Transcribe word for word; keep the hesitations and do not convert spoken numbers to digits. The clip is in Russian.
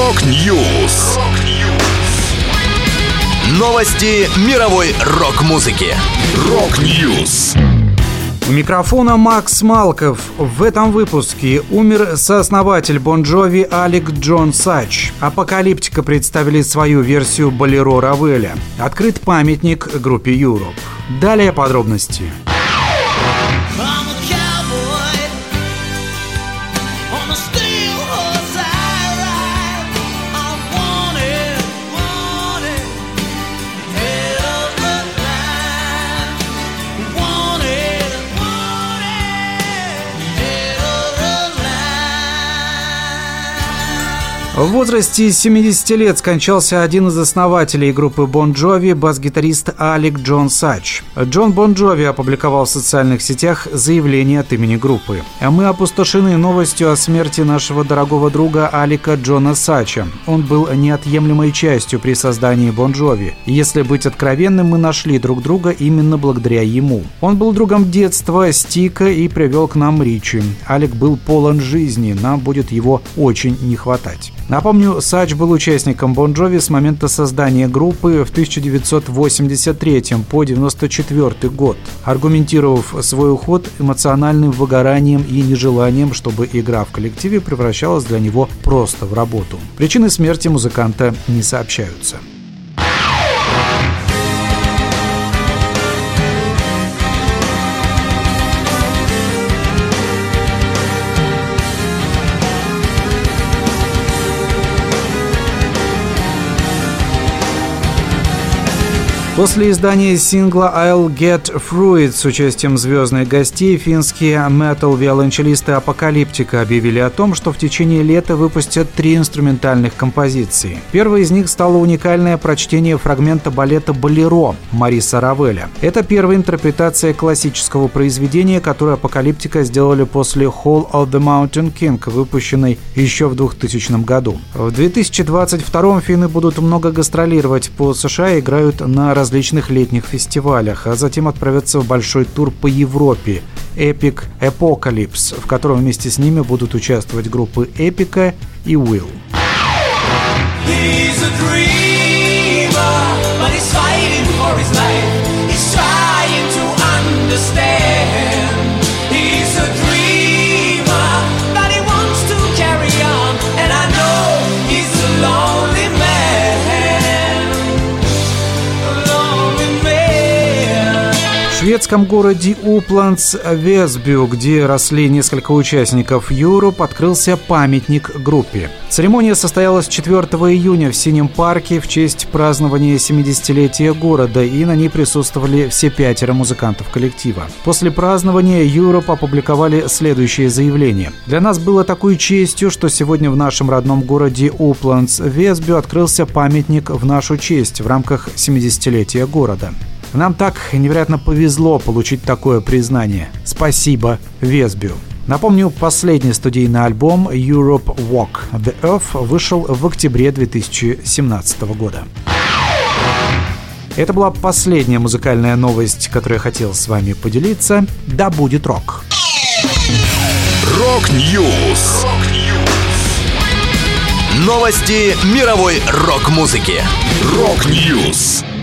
Рок-Ньюс. Новости мировой рок-музыки. Рок-Ньюс. У микрофона Макс Малков. В этом выпуске умер сооснователь Bon Jovi Алек Джон Сач. Апокалиптика представили свою версию «Болеро» Равеля. Открыт памятник группе Europe. Далее подробности. В возрасте семидесяти лет скончался один из основателей группы Bon Jovi, бас-гитарист Алек Джон Сач. Джон Bon Jovi опубликовал в социальных сетях заявление от имени группы. «Мы опустошены новостью о смерти нашего дорогого друга Алека Джона Сача. Он был неотъемлемой частью при создании Bon Jovi. Если быть откровенным, мы нашли друг друга именно благодаря ему. Он был другом детства, Стика и привел к нам Ричи. Алек был полон жизни, нам будет его очень не хватать». Напомню, Сач был участником Bon Jovi с момента создания группы в тысяча девятьсот восемьдесят третьем по девяносто четвёртый год, аргументировав свой уход эмоциональным выгоранием и нежеланием, чтобы игра в коллективе превращалась для него просто в работу. Причины смерти музыканта не сообщаются. После издания сингла «I'll Get Through It» с участием звездных гостей финские метал-виолончелисты Апокалиптика объявили о том, что в течение лета выпустят три инструментальных композиции. Первой из них стало уникальное прочтение фрагмента балета «Болеро» Мориса Равеля. Это первая интерпретация классического произведения, которое Апокалиптика сделали после «Hall of the Mountain King», выпущенной еще в двухтысячном году. В две тысячи двадцать втором финны будут много гастролировать по США и играют на различных летних фестивалях, а затем отправятся в большой тур по Европе Epic Apocalypse, в котором вместе с ними будут участвовать группы Эпика и Will. В шведском городе Upplands Väsby, где росли несколько участников Europe, открылся памятник группе. Церемония состоялась четвёртого июня в Синем парке в честь празднования семидесятилетия города, и на ней присутствовали все пятеро музыкантов коллектива. После празднования Europe опубликовали следующее заявление. «Для нас было такой честью, что сегодня в нашем родном городе Upplands Väsby открылся памятник в нашу честь в рамках семидесятилетия города. Нам так невероятно повезло получить такое признание. Спасибо, Весбю». Напомню, последний студийный альбом Europe Walk the Earth вышел в октябре две тысячи семнадцатого года. Это была последняя музыкальная новость, которую я хотел с вами поделиться. Да будет рок! Рок-Ньюс. Новости мировой рок-музыки. Рок-Ньюс.